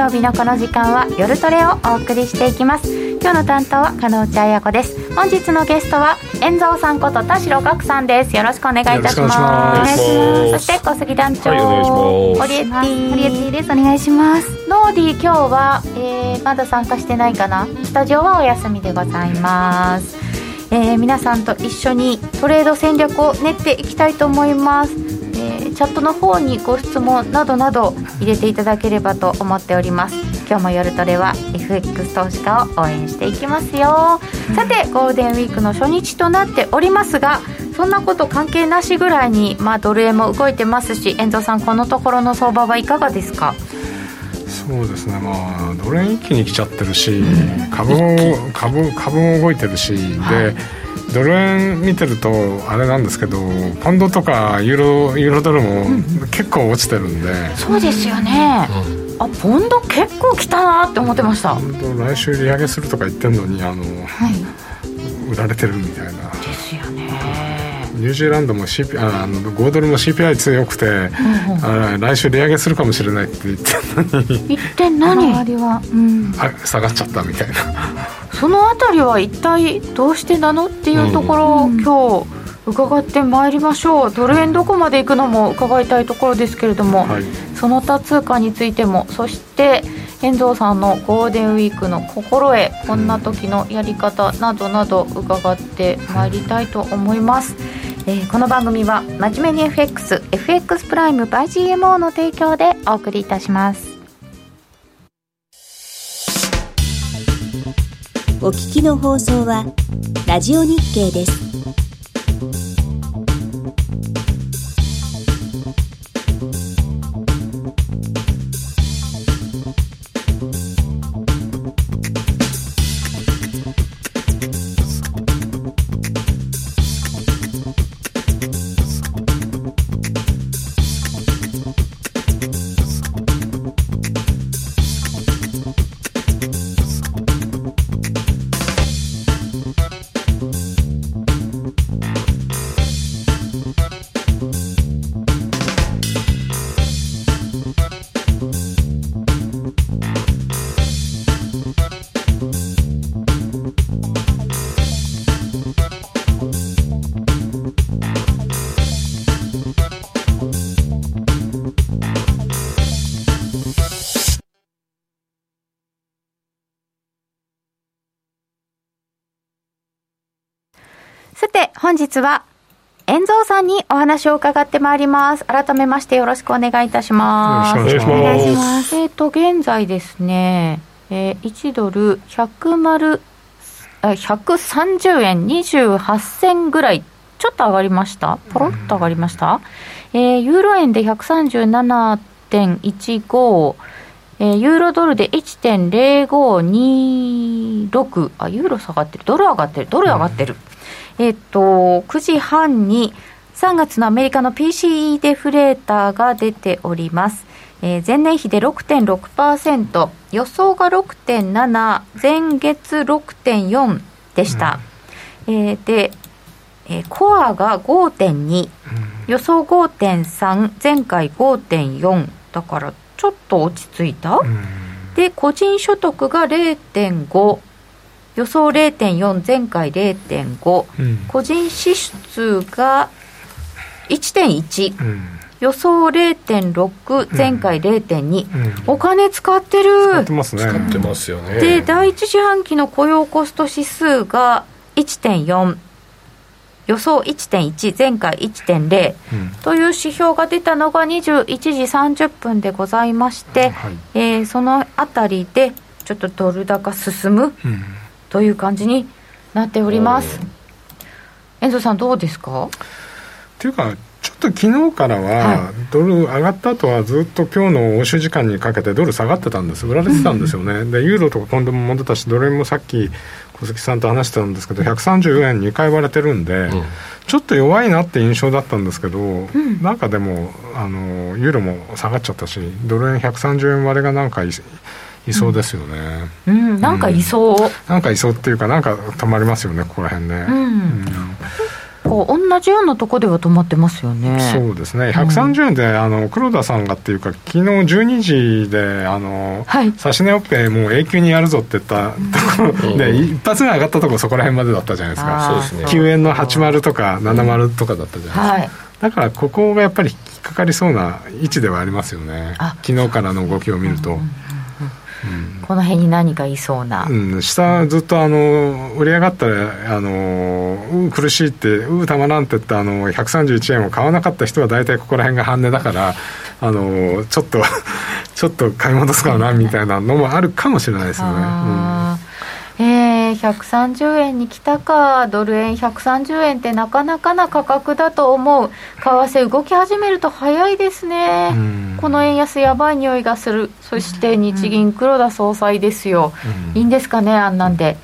曜日のこの時間は夜トレをお送りしていきます。今日の担当は加納内彩子です。本日のゲストは遠蔵さんこと田代岳さんです。よろしくお願いいたします。お願いします。そして小杉団長、はい、お願いします。ホリエッティです。お願いします。ノーディ今日は、まだ参加してないかな。スタジオはお休みでございます。皆さんと一緒にトレード戦略を練っていきたいと思います。チャットの方にご質問などなど入れていただければと思っております。今日も夜トレは FX 投資家を応援していきますよ。さてゴールデンウィークの初日となっておりますが、そんなこと関係なしぐらいに、ドル円も動いてますし、遠藤さんこのところの相場はいかがですか？ そうですね、ドル円一気に来ちゃってるし、株も動いてるし、でドル円見てるとあれなんですけど、ポンドとかユーロドルも結構落ちてるんで、 そうですよね、ポンド結構来たなって思ってました。 来週利上げするとか言ってるのに売られてるみたいなですよね。 ニュージーランドも、5ドルも CPI 強くて、来週利上げするかもしれないって言ってんのに周りは、下がっちゃったみたいなそのあたりは一体どうしてなのっていうところを今日伺ってまいりましょう。ドル円どこまで行くのも伺いたいところですけれども、その他通貨についても、そして遠藤さんのゴールデンウィークの心得、こんな時のやり方などなど伺ってまいりたいと思います。この番組は真面目に FX プライム by GMO の提供でお送りいたします。 お聞きの放送はラジオ日経です。 さて本日は遠蔵さんにお話を伺ってまいります。改めましてよろしくお願いいたします。 よろしくお願いします。 現在ですね、1ドル130円28銭ぐらいちょっと上がりました。ポロッと上がりました。ユーロ円で 137.15、ユーロドルで 1.0526、ユーロ下がってる、ドル上がってる、9時半に3月のアメリカの PCE デフレーターが出ております。前年比で 6.6%、 予想が 6.7、 前月 6.4 でした。で、コアが 5.2、 予想 5.3、 前回 5.4 だからちょっと落ち着いた。で個人所得が 0.5、予想 0.4、 前回 0.5、個人支出が 1.1、予想 0.6、前回 0.2、お金使ってる。 使ってますね。 使ってますよね。 で第一四半期の雇用コスト指数が 1.4、予想 1.1、前回 1.0、という指標が出たのが21時30分でございまして、そのあたりでちょっとドル高進む、という感じになっております。遠藤さんどうですか？ っていうかちょっと昨日からはドル上がった後はずっと今日の欧州時間にかけてドル下がってたんです。売られてたんですよね。でユーロとかポンドも戻ったし、ドル円もさっき小杉さんと話してたんですけど130円2回割れてるんで、ちょっと弱いなって印象だったんですけど、なんかでもユーロも下がっちゃったし、ドル円130円割れがなんかいそうですよね。なんかいそう、なんかいそうっていうか、なんか止まりますよね、ここら辺ね。 構同じようなとこでは止まってますよね。 そうですね、130円で、黒田さんがっていうか昨日12時で指し値オペもう永久にやるぞって言ったところで、一発目上がったところそこら辺までだったじゃないですか。そうですね、9円の80とか70とかだったじゃないですか、だからここがやっぱり引っかかりそうな位置ではありますよね。昨日からの動きを見ると、 この辺に何かいそうな、 下ずっと売り上がったら苦しいってたまらんって言った131円を買わなかった人は大体ここら辺が半値だからちょっと買い戻すかなみたいなのもあるかもしれないですよね。 130円に来たか。ドル円130円ってなかなかな価格だと思う。為替動き始めると早いですね。この円安やばい匂いがする。そして日銀黒田総裁ですよ。いいんですかね、あんなんで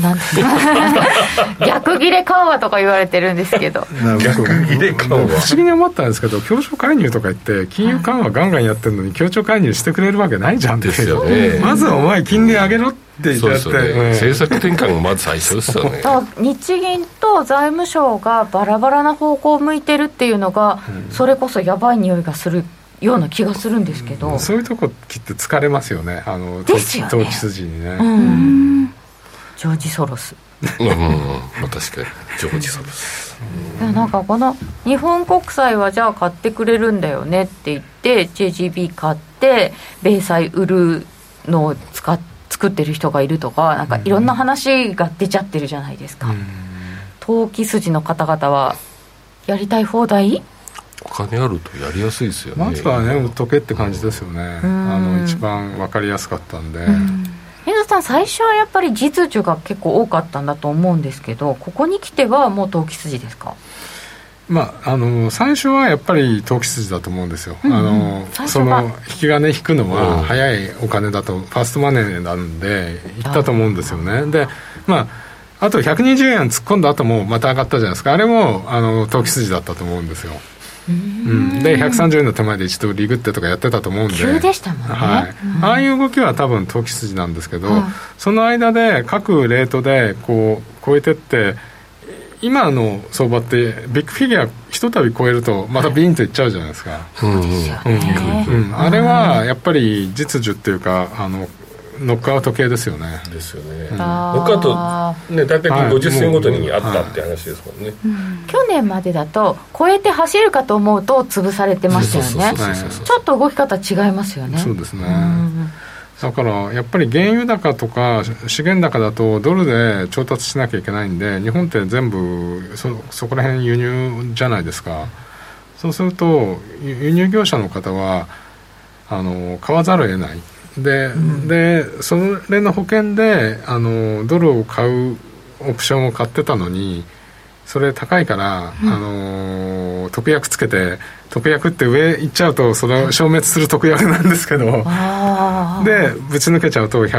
逆切れ緩和とか言われてるんですけど逆切れ緩和不思議に思ったんですけど、協調介入とか言って金融緩和ガンガンやってるのに協調介入してくれるわけないじゃんですよね。まずお前金利上げろって言って、 政策転換がまず最初ですよね。 日銀と財務省がバラバラな方向を向いてるっていうのが、それこそやばい匂いがするような気がするんですけど、 そういうとこ切って疲れますよね、 ですよね、 投機筋にね。 ジョージ・ソロス確かにジョージ・ソロスなんかこの日本国債はじゃあ買ってくれるんだよねって言って JGB 買って米債売るのを作ってる人がいるとか、なんかいろんな話が出ちゃってるじゃないですか。投機筋の方々はやりたい放題、 お金あるとやりやすいですよね。 まずはね売っとけって感じですよね。一番分かりやすかったんで。 皆さん最初はやっぱり実需が結構多かったんだと思うんですけど、ここに来てはもう投機筋ですか？ 最初はやっぱり投機筋だと思うんですよ。その引き金引くのは早いお金だとファーストマネーなんでいったと思うんですよね。であと120円突っ込んだ後もまた上がったじゃないですか。あれも投機筋だったと思うんですよ。で130円の手前で一度リグってとかやってたと思うんで、 急でしたもんね。 ああいう動きは多分投機筋なんですけど、その間で各レートでこう超えてって、今の相場ってビッグフィギュアひとたび超えるとまたビーンといっちゃうじゃないですか。あれはやっぱり実需っていうかノックアウト系ですよね。 ですよね。ノックアウトね、大体50銭ごとにあったって話ですもんね。 去年までだと超えて走るかと思うと潰されてましたよね。ちょっと動き方違いますよね。 そうですね。だからやっぱり原油高とか資源高だとドルで調達しなきゃいけないんで、日本って全部そこら辺輸入じゃないですか。そうすると輸入業者の方は買わざるを得ない。でそれの保険でドルを買うオプションを買ってたのに、それ高いから、特約つけて、特約って上行っちゃうとそれを消滅する特約なんですけど、でぶち抜けちゃうと例えば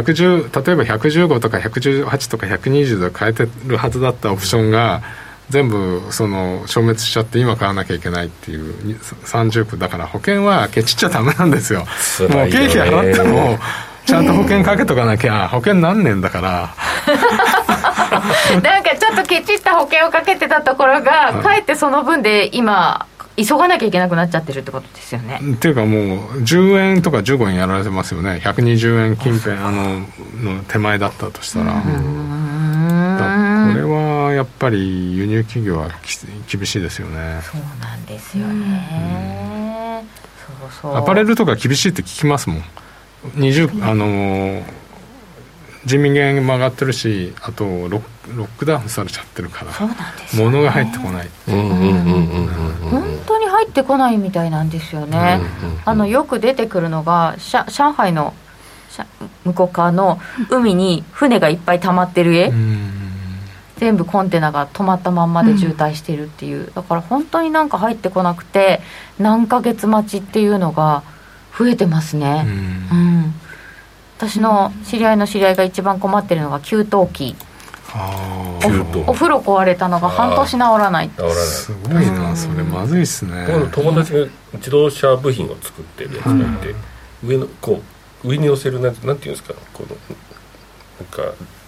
115とか118とか120で買えてるはずだったオプションが全部消滅しちゃって今買わなきゃいけないっていう30区だから、保険はケチっちゃダメなんですよ。もう経費払ってもちゃんと保険かけとかなきゃ保険何年だからなんかちょっとケチった保険をかけてたところが、かえってその分で今急がなきゃいけなくなっちゃってるってことですよね。 っていうかもう10円とか15円やられてますよね。120円近辺の手前だったとしたら。これはやっぱり輸入企業は厳しいですよね。 そうなんですよね。 アパレルとか厳しいって聞きますもん。人民元も上がってるし、あとロックダウンされちゃってるから、 そうなんですよね、 物が入ってこない。 本当に入ってこないみたいなんですよね。よく出てくるのが上海の向こう側の海に船がいっぱい溜まってる絵、全部コンテナが止まったまんまで渋滞してるっていう、だから本当になんか入ってこなくて何ヶ月待ちっていうのが増えてますね。私の知り合いの知り合いが一番困ってるのが給湯器。お風呂壊れたのが半年治らない。 すごいな、それまずいっすね。 友達が自動車部品を作ってるやつがいて、上に乗せるなんていうんですか、なんか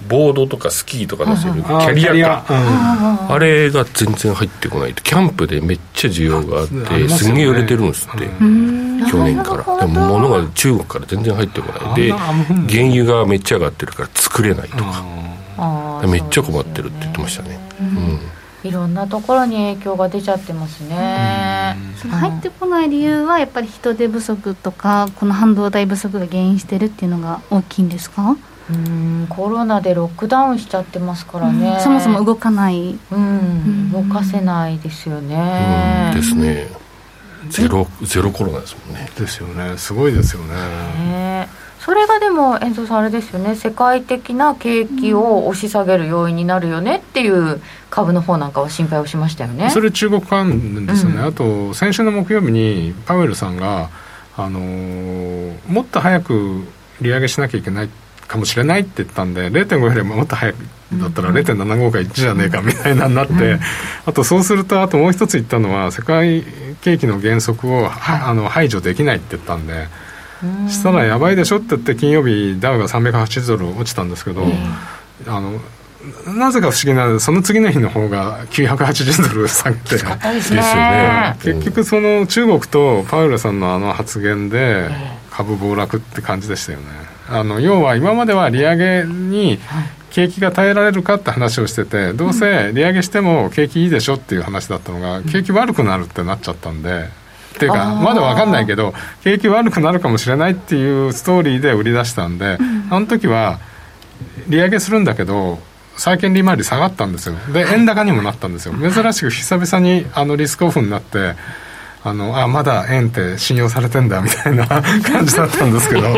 ボードとかスキーとか乗せるキャリアか、あれが全然入ってこない。キャンプでめっちゃ需要があってすんげえ売れてるんですって、去年からでも物が中国から全然入ってこないで、原油がめっちゃ上がってるから作れないとか、めっちゃ困ってるって言ってましたね。 いろんなところに影響が出ちゃってますね。 その入ってこない理由はやっぱり人手不足とかこの半導体不足が原因してるっていうのが大きいんですか？ コロナでロックダウンしちゃってますからね、 そもそも動かない、 動かせないですよね。 ですね。ゼロコロナですもんね。 ですよね。すごいですよね。 それがでも遠藤さんあれですよね、世界的な景気を押し下げる要因になるよねっていう株の方なんかは心配をしましたよね。 それ中国関連ですよね。あと先週の木曜日にパウエルさんが、もっと早く利上げしなきゃいけないかもしれないって言ったんで 0.5 よりもっと早くだったら 0.75 か1じゃねえかみたいなになって、あとそうするとあともう一つ言ったのは世界景気の減速を排除できないって言ったんで、したらやばいでしょって言って金曜日ダウが380ドル落ちたんですけど、なぜか不思議なその次の日の方が980ドル下げてですよね。結局その中国とパウエルさんの発言で株暴落って感じでしたよね。要は今までは利上げに景気が耐えられるかって話をしてて、どうせ利上げしても景気いいでしょっていう話だったのが、景気悪くなるってなっちゃったんで、っていうかまだ分かんないけど景気悪くなるかもしれないっていうストーリーで売り出したんで、あの時は利上げするんだけど債券利回り下がったんですよ。で円高にもなったんですよ。珍しく久々にリスクオフになってまだ円って信用されてんだみたいな感じだったんですけど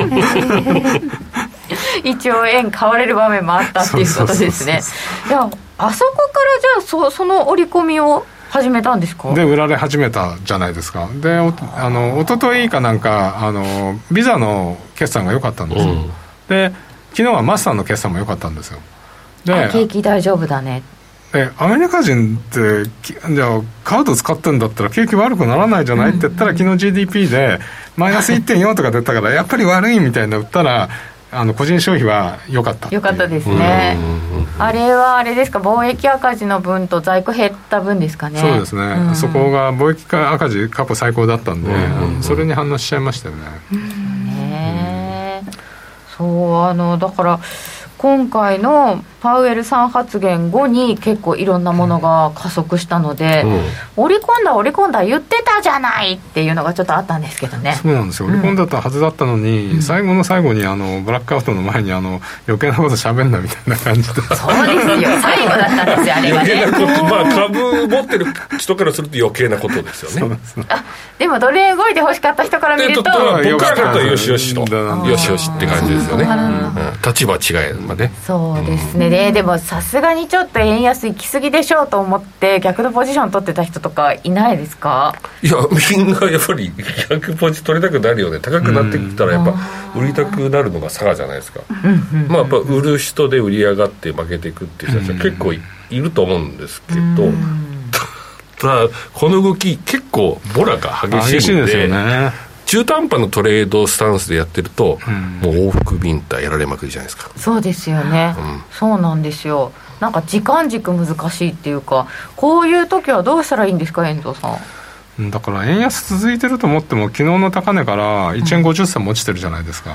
一応円買われる場面もあったっていうことですね。いや、あそこからじゃあその織り込みを始めたんですか？ で売られ始めたじゃないですか。で一昨日かなんかビザの決算が良かったんですよ、で昨日はマスターの決算も良かったんですよ。で景気大丈夫だね。 アメリカ人ってじゃあカード使ってんだったら景気悪くならないじゃないって言ったら、昨日 GDP でマイナス 1.4 とか出たからやっぱり悪いみたいな売ったら個人消費は良かったですね。あれはあれですか、貿易赤字の分と在庫減った分ですかね。 そうですね、そこが貿易赤字過去最高だったんで、それに反応しちゃいましたよね。 そうだから今回のパウエルさん発言後に結構いろんなものが加速したので、織り込んだ言ってたじゃないっていうのがちょっとあったんですけどね。 そうなんですよ、織り込んだはずだったのに、最後の最後にブラックアウトの前に余計なこと喋んなみたいな感じでそうですよ、最後だったんですよあれはね。 余計なこと、株持ってる人からすると余計なことですよね。 そうです。 でもドル円動いて欲しかった人から見ると僕から見るとよしよしとよしよしって感じですよね。立場違いまで。 そうですね。でもさすがにちょっと円安行き過ぎでしょうと思って逆のポジション取ってた人とかいないですか？ いや、みんなやっぱり逆ポジ取りたくなるよね。高くなってきたらやっぱ売りたくなるのが差がじゃないですか。やっぱ売る人で売り上がって負けていくっていう人たちは結構いると思うんですけど、ただこの動き結構ボラが激しいんで、 ですよね。 中途半端のトレードスタンスでやってると、もう往復ビンタやられまくりじゃないですか。 そうですよね、そうなんですよ。なんか時間軸難しいっていうか、こういう時はどうしたらいいんですか、遠藤さん。 だから円安続いてると思っても昨日の高値から1円50銭も落ちてるじゃないですか。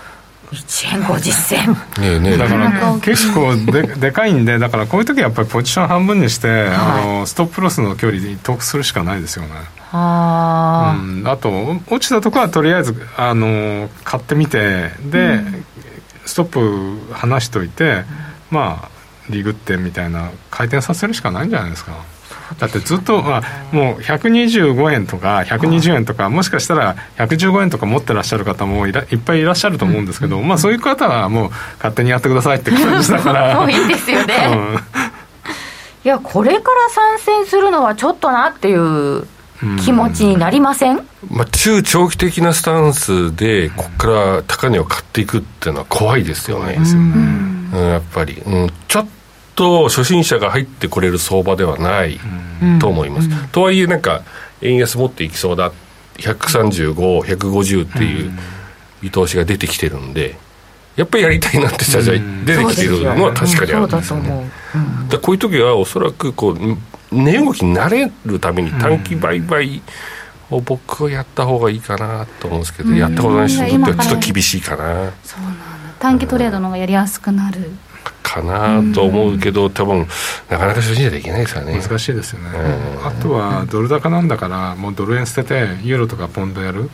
1円50銭だから結構 でかいんで、だからこういう時はやっぱりポジション半分にして、ストップロスの距離で得するしかないですよね。あと落ちたところはとりあえず買ってみて、で、ストップ離しといて、リグってみたいな回転させるしかないんじゃないですか。だってずっと、もう125円とか120円とか、もしかしたら115円とか持ってらっしゃる方もいっぱいいらっしゃると思うんですけど、そういう方はもう勝手にやってくださいって感じだからもういいですよね、いや、これから参戦するのはちょっとなっていう気持ちになりません？ 中長期的なスタンスでここから高値を買っていくっていうのは怖いですよね。やっぱり、ちょっと初心者が入ってこれる相場ではないと思います。とはいえなんか円安持っていきそうだ、135、150っていう見通しが出てきてるんで、 やっぱりやりたいなって人たちが出てきてるのは確かにあるんですよね。でこういう時はおそらくこう値動きに慣れるために短期売買を僕はやった方がいいかなと思うんですけど、やったことない人にとってはちょっと厳しいかな。 そうなんだ、短期トレードの方がやりやすくなるかなと思うけど、多分なかなか初心者できないですからね。 難しいですよね。あとはドル高なんだからもうドル円捨ててユーロとかポンドやる。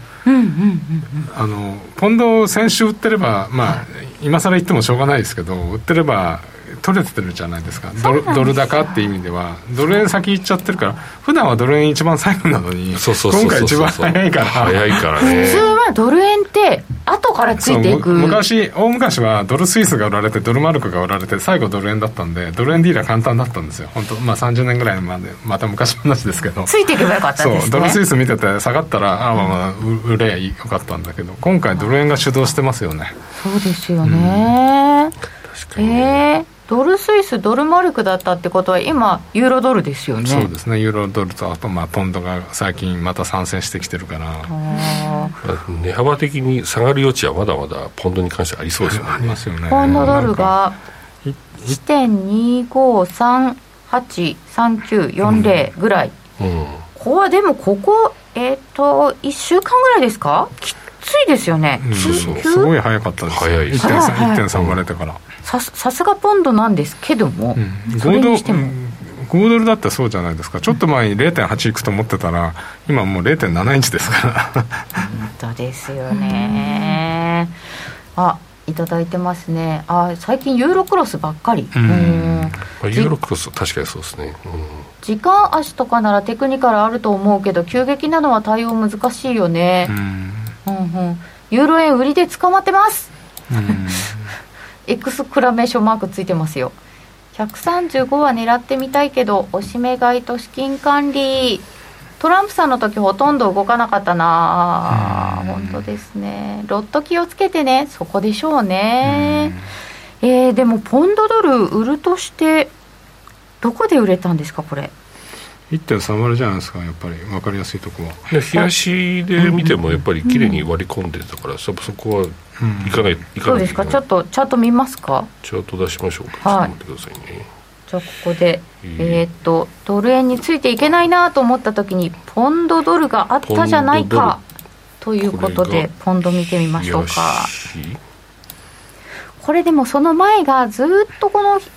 ポンドを先週売ってれば、まあ今更言ってもしょうがないですけど、売ってれば取れてるじゃないですか。ドル高っていう意味ではドル円先行っちゃってるから、普段はドル円一番最後なのに今回一番早いから早いからね。 普通はドル円って後からついていく。 大昔はドルスイスが売られてドルマルクが売られて最後ドル円だったんで、ドル円ディーラー簡単だったんですよ本当。まあ30年ぐらいまで、また昔話ですけど、 ついていけばよかったんですね。 そうドルスイス見てて下がったらまあ売ればよかったんだけど、今回ドル円が主導してますよね。 そうですよね、 確かにね。 ドルスイスドルマルクだったってことは今ユーロドルですよね。 そうですね、ユーロドルとあとまあポンドが最近また参戦してきてるから、 値幅的に下がる余地はまだまだポンドに関してはありそうですよね。 ありますよね。 ポンドドルが 1.25383940 ぐらい、これでもここ1週間ぐらいですか。きついですよね。 すごい早かったです。 早いです。 1.3 割れてからさすがポンドなんですけども、それにしても 5ドルだったらそうじゃないですか。ちょっと前に 0.8 いくと思ってたら今もう 0.71 ですから本当ですよね。いただいてますね。最近ユーロクロスばっかり。ユーロクロス確かにそうですね。 時間足とかならテクニカルあると思うけど急激なのは対応難しいよね。ユーロ円売りで捕まってます。エクスクラメーションマークついてますよ。135は狙ってみたいけどおしめ買いと資金管理、トランプさんの時ほとんど動かなかったな。本当ですね。ロット気をつけてね。そこでしょうね。でもポンドドル売るとしてどこで売れたんですかこれ。 1.3 割じゃないですか。やっぱり分かりやすいとこは冷やしで見てもやっぱり綺麗に割り込んでたから、そこはいかない。 そうですか。ちょっとチャート見ますか。 チャート出しましょうか。ちょっと待ってくださいね。 じゃあここで、ドル円についていけないなと思った時にポンドドルがあったじゃないかということでポンド見てみましょうか。これでもその前がずっとこの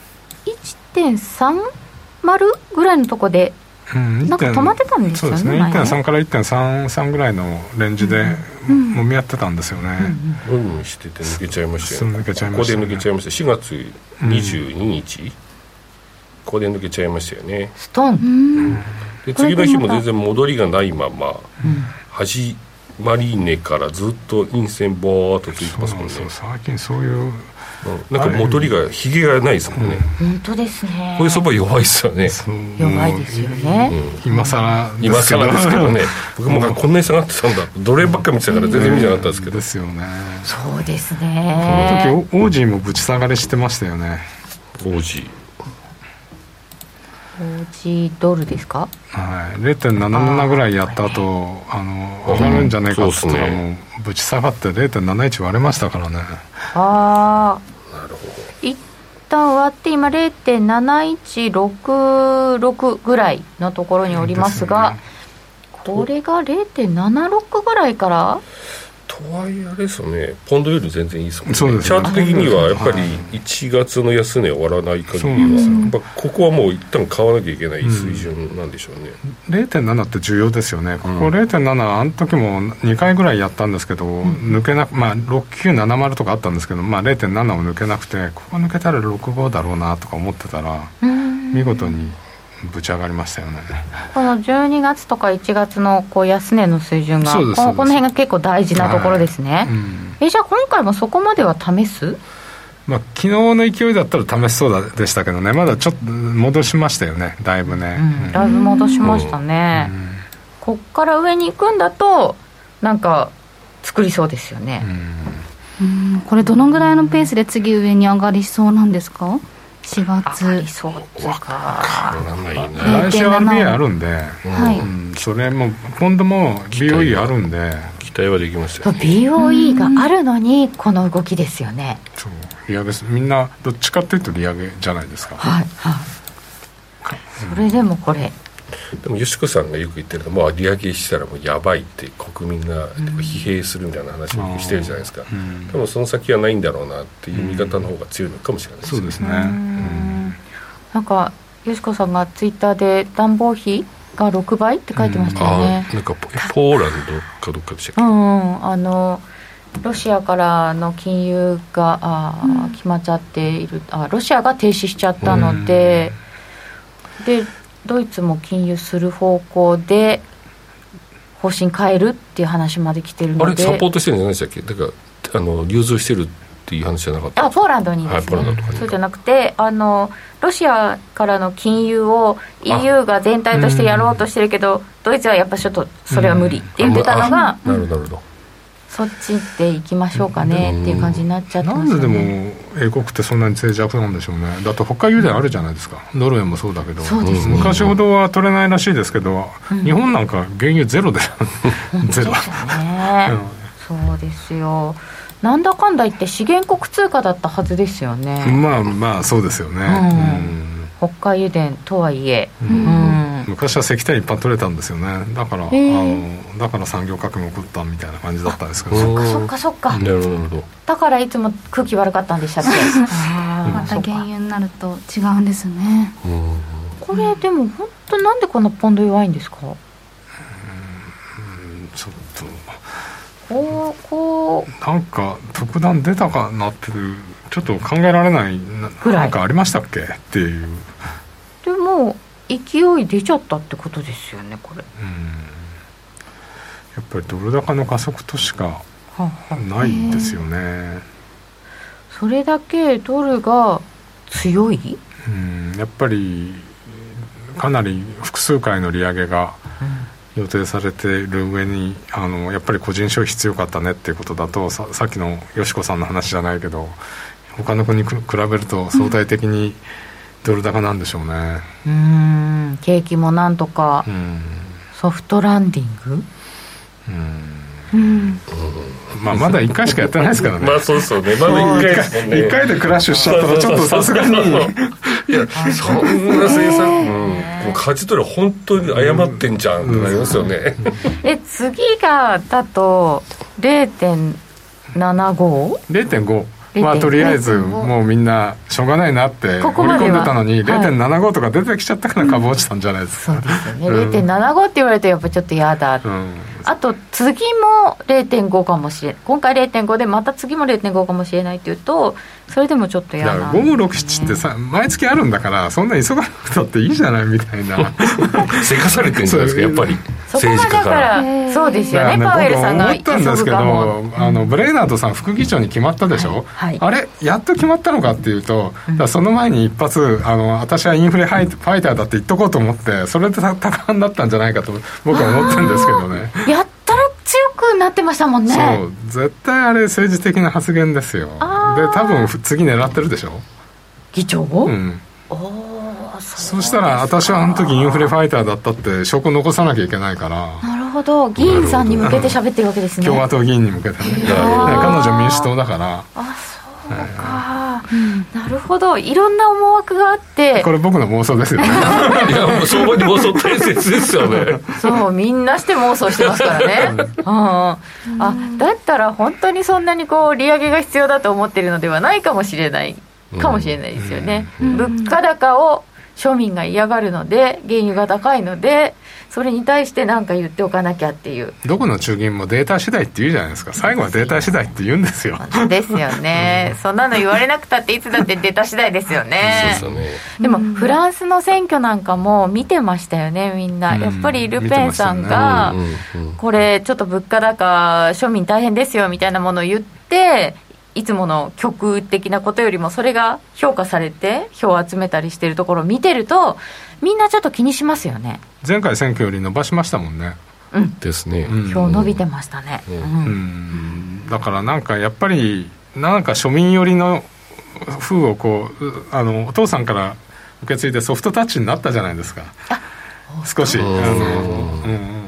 1.30 ぐらいのとこでなんか止まってたんですよね。 そうですね。 1.3 から 1.33 ぐらいのレンジでもみ合ってたんですよね。 してて抜けちゃいましたよね。 抜けちゃいましたね。 ここで抜けちゃいました。4月22日、ここで抜けちゃいましたよね。 ストン、 で次の日も全然戻りがないまま、始まり値からずっと陰線ボーっとついてますもんね。 最近そういうなんか戻りがひげがないですもんね。 本当ですね。 こういう相場弱いですよね。 弱いですよね。 今更ですけどね。僕もこんなに下がってたんだ。ドル円ばっか見てたから全然見てなかったですけど。 ですよね。 そうですね。 この時オージーもぶち下がりしてましたよね。 オージードルですか。 はい。 0.77 ぐらいやった後上がるんじゃないかって言ったらもうぶち下がって 0.71 割れましたからね。 なるほど。 一旦割って今 0.7166 ぐらいのところにおりますが、これが 0.76 ぐらいからとはいえあれですよね。ポンドより全然いいですもんね。 そうですね。 チャート的にはやっぱり1月の安値を割らない限りは、やっぱここはもう一旦買わなきゃいけない水準なんでしょうね。 0.7 って重要ですよね。ここ 0.7 あの時も2回ぐらいやったんですけど、抜けなく、6970とかあったんですけど、0.7 を抜けなくて、ここ抜けたら65だろうなとか思ってたら見事にぶち上がりましたよね。 この12月とか1月の安値の水準がこの辺が結構大事なところですね。じゃあ今回もそこまでは試す？ 昨日の勢いだったら試しそうでしたけどね。まだちょっと戻しましたよね。だいぶね、 だいぶ戻しましたね。こっから上に行くんだとなんか作りそうですよね。 これどのぐらいのペースで次上に上がりそうなんですか？4月上がりそうですか。 来週 RBA あるんで、それもポンドも BOE あるんで、 期待はできますよね。 BOE があるのにこの動きですよね。 そう利上げみんなどっちかっていうと利上げじゃないですか。 はいはい。それでもこれでもよしこさんがよく言ってるのは、利上げしたらもうやばいって国民が疲弊するみたいな話をしてるじゃないですか。多分その先はないんだろうなっていう見方の方が強いのかもしれないですね。 そうですね。 なんかよしこさんがツイッターで暖房費が6倍って書いてましたよね。 なんかポーランドかどっかでしたっけ。 ロシアからの金融が決まっちゃっている。ロシアが停止しちゃったので、でドイツも禁輸する方向で方針変えるっていう話まで来てるので、 あれサポートしてるんじゃないでしたっけ。だから流通してるっていう話じゃなかった。 ポーランドにですね、はい、そうじゃなくてロシアからの禁輸を EU が全体としてやろうとしてるけど、ドイツはやっぱちょっとそれは無理って言ってたのが、 なるほど、 そっちで行きましょうかねっていう感じになっちゃってますよね。 なんででも英国ってそんなに脆弱なんでしょうね。だって北海油田あるじゃないですか。ノルウェーもそうだけど、 そうですね、 昔ほどは取れないらしいですけど、日本なんか原油ゼロでゼロですよね、そうですよ。なんだかんだ言って資源国通貨だったはずですよね。 まあそうですよね、 北海油田とはいえ、 昔は石炭いっぱい取れたんですよね。だからだから産業革命起こったみたいな感じだったんですけど、 そっかなるほど。 だからいつも空気悪かったんでしたっけまた原油になると違うんですね。 これでも本当なんでこのポンド弱いんですか。 ちょっとこうなんか特段出たかなっていうちょっと考えられないなんかありましたっけっていう。 でも勢い出ちゃったってことですよねこれ。 やっぱりドル高の加速としかないんですよね。 それだけドルが強い。 やっぱりかなり複数回の利上げが予定されている上にやっぱり個人消費強かったねっていうことだと、さっきのよしこさんの話じゃないけど他の国に比べると相対的にドル高なんでしょうね。 景気もなんとかソフトランディング、 まだ1回しかやってないですからね。 まあそうそうね、まだ1回ですもんね。 1回でクラッシュしちゃったらちょっとさすがにいやそんな生産もう舵取り本当に誤ってんじゃんってなりますよね。 次がだと 0.75 まあとりあえずもうみんなしょうがないなって織り込んでたのに 0.75 とか出てきちゃったから株落ちたんじゃないですか。 そうですよね、0.75 って言われるとやっぱちょっと嫌だ、あと次も 0.5 かもしれない、今回 0.5 でまた次も 0.5 かもしれないっていうとそれでもちょっと嫌な。 だから567ってさ、毎月あるんだからそんな急がなくたっていいじゃないみたいなせかされてるんじゃないですかやっぱり政治家から。 そうですよね、パウエルさんが急ぐかも。 僕思ったんですけど、ブレイナードさん副議長に決まったでしょ、あれやっと決まったのかっていうと、だからその前に一発私はインフレファイターだって言っとこうと思ってそれで高派になったんじゃないかと僕は思ってるんですけどね。 やったら強くなってましたもんね。 そう絶対あれ政治的な発言ですよ。で多分次狙ってるでしょ議長を、 そしたら私はあの時インフレファイターだったって証拠残さなきゃいけないから。 なるほど、議員さんに向けて喋ってるわけですね。 共和党議員に向けてね。彼女民主党だから。 そうか、なるほど、いろんな思惑があって。 これ僕の妄想ですよね。いやもう相場に妄想大切ですよね。 そうみんなして妄想してますからね。だったら本当にそんなにこう利上げが必要だと思ってるのではないかもしれないですよね。物価高を庶民が嫌がるので原油が高いのでそれに対して何か言っておかなきゃっていう。 どこの中銀もデータ次第って言うじゃないですか。最後はデータ次第って言うんですよ。 ですよね。そんなの言われなくたっていつだってデータ次第ですよね。 そうですよね。 でもフランスの選挙なんかも見てましたよねみんな。やっぱりルペンさんがこれちょっと物価高庶民大変ですよみたいなものを言っていつもの極右的なことよりもそれが評価されて票を集めたりしてるところを見てるとみんなちょっと気にしますよね。 前回選挙より伸ばしましたもんね。 ですね。 票伸びてましたね。 だからなんかやっぱりなんか庶民寄りの風をこうお父さんから受け継いでソフトタッチになったじゃないですか。少し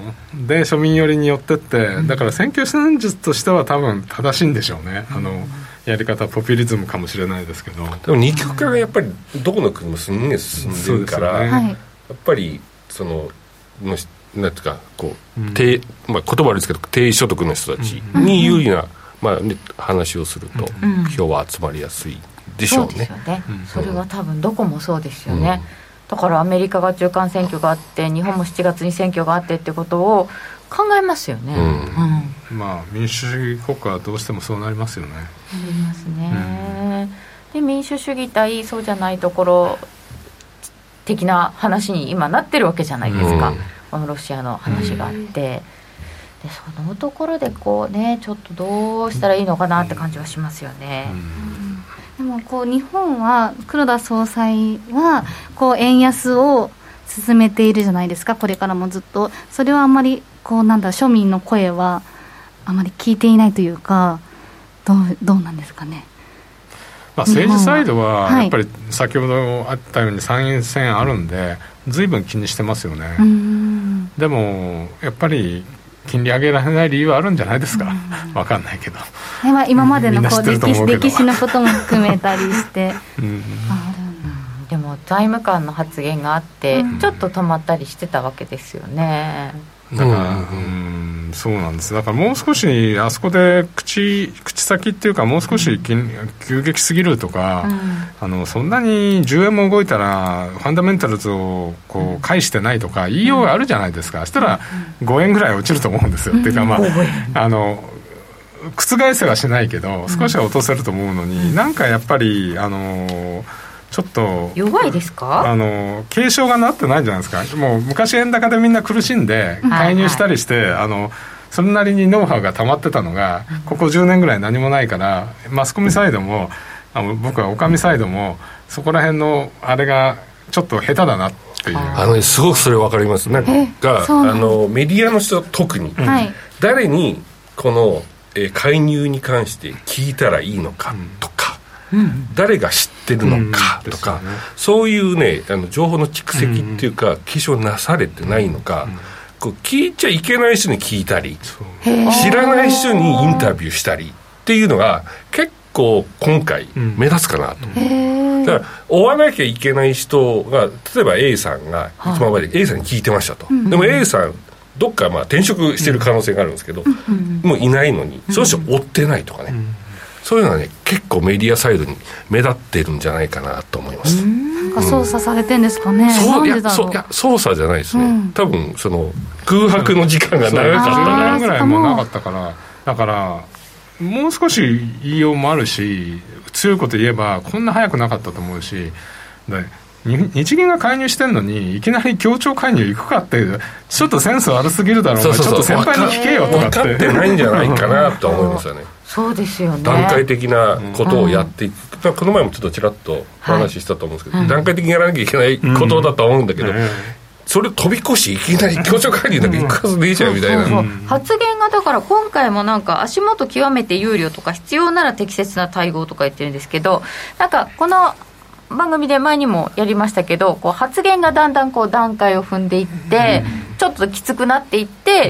で庶民寄りに寄ってって、だから選挙戦術としては多分正しいんでしょうね。やり方はポピュリズムかもしれないですけど、 でも二極化がやっぱりどこの国もすんげえ進んでるから、やっぱりそのなんていうかこう、言葉悪いですけど低所得の人たちに有利な、話をすると、票は集まりやすいでしょうね。そうですよね、 それは多分どこもそうですよね、だからアメリカが中間選挙があって日本も7月に選挙があってってことを考えますよね、 民主主義国家はどうしてもそうなりますよね。 なりますね、で民主主義対そうじゃないところ的な話に今なってるわけじゃないですか、このロシアの話があって、でそのところでこうねちょっとどうしたらいいのかなって感じはしますよね、 でもこう日本は黒田総裁はこう円安を進めているじゃないですか、これからもずっと。それはあんまりこう庶民の声はあまり聞いていないというか、どうなんですかね。 政治サイドはやっぱり先ほどあったように参院選あるんで随分気にしてますよね。でもやっぱり金利上げられない理由はあるんじゃないですか。分かんないけど、 今までのこう歴史のことも含めたりしてでも財務官の発言があって、ちょっと止まったりしてたわけですよね。 だから、そうなんです。だからもう少しあそこで口先っていうかもう少し急激すぎるとか、そんなに10円も動いたらファンダメンタルズをこう返してないとか言いようがあるじゃないですか。そしたら5円ぐらい落ちると思うんですよ、っていうか覆せはしないけど少しは落とせると思うのに、なんかやっぱりちょっと弱いですか。 継承がなってないんじゃないですか。もう昔円高でみんな苦しんで介入したりして、それなりにノウハウが溜まってたのがここ10年ぐらい何もないから、マスコミサイドも僕はおかみサイドもそこら辺のあれがちょっと下手だなっていう。 すごくそれ分かります。なんかメディアの人は特に、誰にこの介入に関して聞いたらいいのかとか、誰が知ってるのかとか、そういうね情報の蓄積っていうか、継承なされてないのか、こう聞いちゃいけない人に聞いたり、知らない人にインタビューしたりっていうのが結構今回目立つかなと、だから追わなきゃいけない人が、例えば A さんが今まで A さんに聞いてましたと、でも A さんどっか転職してる可能性があるんですけど、もういないのにその人追ってないとかね、そういうのはね結構メディアサイドに目立ってるんじゃないかなと思います。 なんか操作されてんですかね。なんでだろう。 いや操作じゃないですね、多分その空白の時間が長かった 10年ぐらいもなかったから、だからもう少し言いようもあるし、強いこと言えばこんな早くなかったと思うし、日銀が介入してんのにいきなり協調介入行くかって、ちょっとセンス悪すぎるだろうが、ちょっと先輩に聞けよとかって分かってないんじゃないかなと思いますよね。 そうですよね。 段階的なことをやっていく、この前もちょっとちらっとお話ししたと思うんですけど、段階的にやらなきゃいけないことだと思うんだけど、それを飛び越しいきなり協調介入だけ行くはずでいいじゃんみたいな、 発言がだから今回もなんか足元極めて憂慮とか必要なら適切な対応とか言ってるんですけど、なんかこの番組で前にもやりましたけど、こう発言がだんだんこう段階を踏んでいって、ちょっときつくなっていって、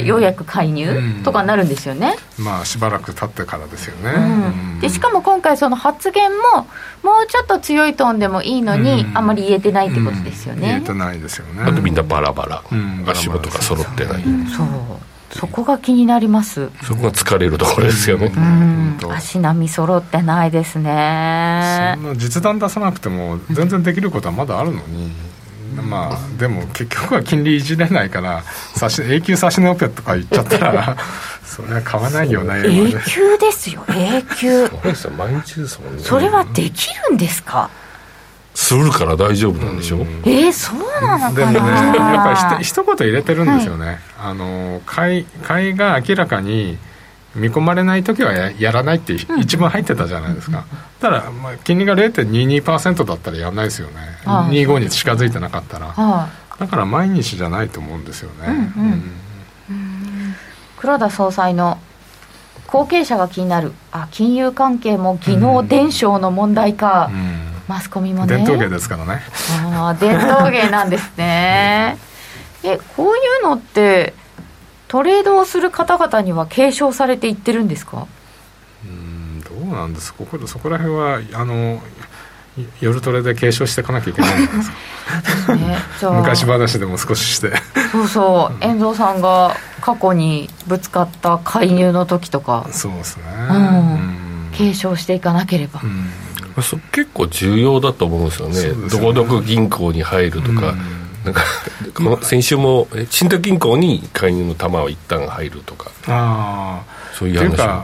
ようやく介入とかなるんですよね。 しばらく経ってからですよね、 でしかも今回その発言ももうちょっと強いトーンでもいいのに、あんまり言えてないってことですよね。 言えてないですよね。 あとみんなバラバラ、足元が揃ってない、 そこが気になります。 そこが疲れるところですよね。 足並み揃ってないですね。 そんな実弾出さなくても全然できることはまだあるのにでも結局は金利いじれないから永久差し値オペとか言っちゃったらそれは買わないよね。 永久ですよ、永久。 毎日ですもんね。 それはできるんですか。 するから大丈夫なんでしょう。 そうなのかな。 でもね、やっぱり一言入れてるんですよね、買いが明らかに見込まれないときは やらないって一番入ってたじゃないですか。ただ、金利が 0.22% だったらやらないですよね。25に近づいてなかったら、だから毎日じゃないと思うんですよね。 黒田総裁の後継者が気になる。金融関係も技能伝承の問題か、マスコミもね。 伝統芸ですからね。 伝統芸なんですね。こういうのってトレードをする方々には継承されていってるんですか？ どうなんです、そこら辺は夜トレで継承していかなきゃいけないんですかね、じゃあ昔話でも少ししてそう遠藤さんが過去にぶつかった介入の時とか、 そうですね、 継承していかなければ、 結構重要だと思うんですよね。どこどこ銀行に入るとか、なんかこの先週も信託銀行に介入の玉を一旦入るとか、そういう話も。というか、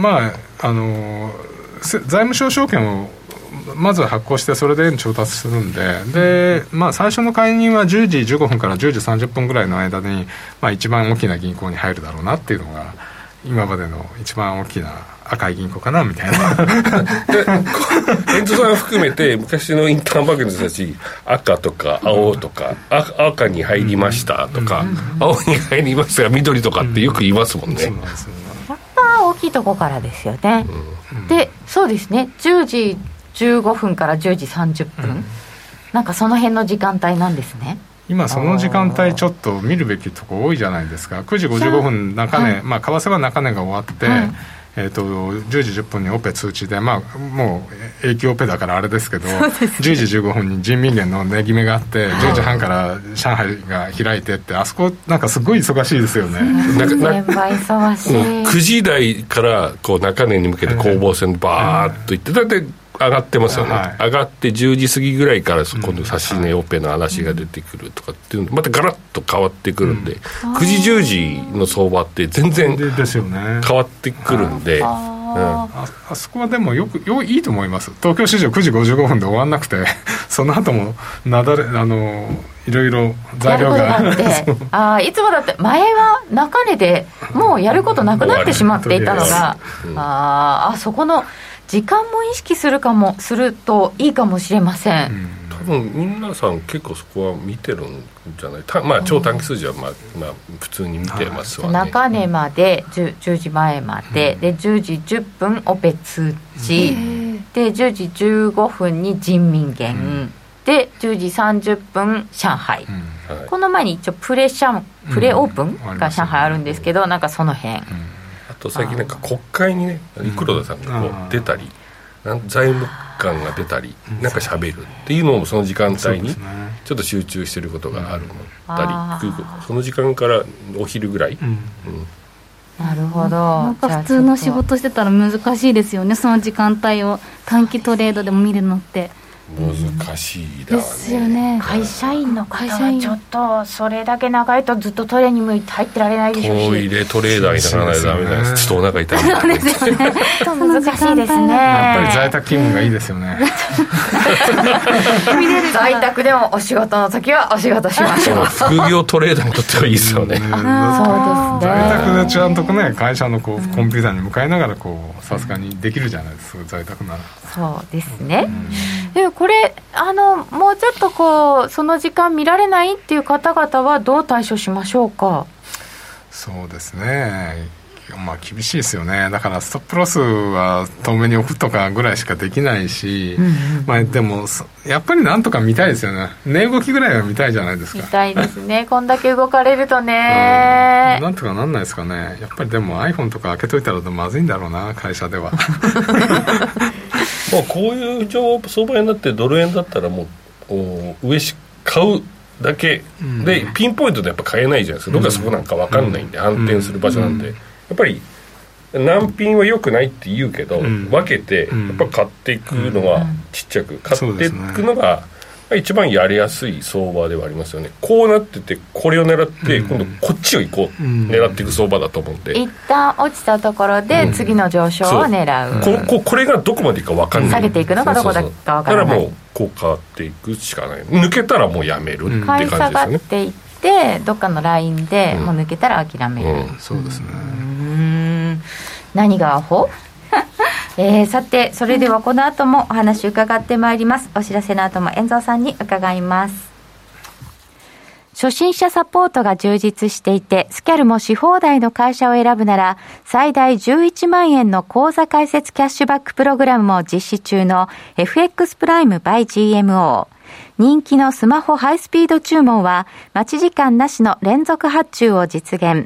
財務省証券をまず発行してそれで円調達するんで、最初の介入は10時15分から10時30分ぐらいの間に、一番大きな銀行に入るだろうなっていうのが今までの一番大きな赤い銀行かなみたいな遠藤さん含めて昔のインターンバンクの人たち、赤とか青とか、赤に入りましたとか、青に入りましたが緑とかってよく言いますもんね。 やっぱ大きいとこからですよね、でそうですね、10時15分から10時30分、なんかその辺の時間帯なんですね。 今その時間帯ちょっと見るべきとこ多いじゃないですか。9時55分中値、為替は中値が終わって、10時10分にオペ通知で、もう永久オペだからあれですけど、10時15分に人民元の値決めがあって、10時半から上海が開いてって、あそこなんかすごい忙しいですよね。 忙しい。 9時台からこう中値に向けて攻防戦バーッといって、だって上がってますよね、上がって10時過ぎぐらいから今度指し値オペの話が出てくるとかっていうのまたガラッと変わってくるんで、9時10時の相場って全然変わってくるんで、 あそこはでもいいと思います。東京市場9時55分で終わんなくてその後もいろいろ材料があっていつもだって前は中値でもうやることなくなってしまっていたのが、そこの時間も意識するといいかもしれません、 多分皆さん結構そこは見てるんじゃない、超短期数字は普通に見てますわね。 中値まで 10時前まで、で10時10分オペ通知で10時15分に人民元、で10時30分上海、この前に一応プレオープンが上海あるんですけど、なんかその辺、 あと最近なんか国会にね黒田さんがこう出たり、財務官が出たりなんか喋るっていうのもその時間帯にちょっと集中してることがあるのだり、その時間からお昼ぐらい、 なるほど。 なんか普通の仕事してたら難しいですよね、その時間帯を短期トレードでも見るのって難しいだね。 ですよね。 会社員の方はちょっとそれだけ長いとずっとトレーにも入ってられないでしょうし、 トイレトレーダーにならないとダメだよ、ちょっとお腹痛いそうですよね難しいですね。 やっぱり在宅勤務がいいですよね在宅でもお仕事の時はお仕事しましょう副業トレーダーにとってはいいですよね。 そうですね。 在宅でちゃんとね会社のコンピューターに向かいながらさすがにできるじゃないですか、在宅なら。 そうですね、でもこれもうちょっとその時間見られないっていう方々はどう対処しましょうか。 そうですね、厳しいですよね。だからストップロスは遠目に置くとかぐらいしかできないし、でもやっぱりなんとか見たいですよね。値動きぐらいは見たいじゃないですか。 見たいですねこんだけ動かれるとね、 なんとかなんないですかね。やっぱりでも iPhone とか開けといたらまずいんだろうな、会社ではもうこういう相場になってドル円だったらもう上買うだけでピンポイントでやっぱ買えないじゃないですか。どこかそこなんか分かんないんで、反転する場所なんで、やっぱり難品は良くないって言うけど、分けてやっぱ買っていくのはちっちゃく買っていくのが一番やりやすい相場ではありますよね。こうなっててこれを狙って今度こっちを行こう、狙っていく相場だと思うんで、 一旦落ちたところで次の上昇を狙う、これがどこまでいくか分かんない、 下げていくのかどこだか分からない、 だからもうこう買っていくしかない。抜けたらもうやめるって感じですよね。 買い下がっていってどっかのラインでもう抜けたら諦める、 そうですね。 何がアホさてそれではこの後もお話伺ってまいります。お知らせの後も遠藤さんに伺います。初心者サポートが充実していてスキャルもし放題の会社を選ぶなら最大11万円の口座開設キャッシュバックプログラムも実施中の FX プライム by GMO。 人気のスマホハイスピード注文は待ち時間なしの連続発注を実現。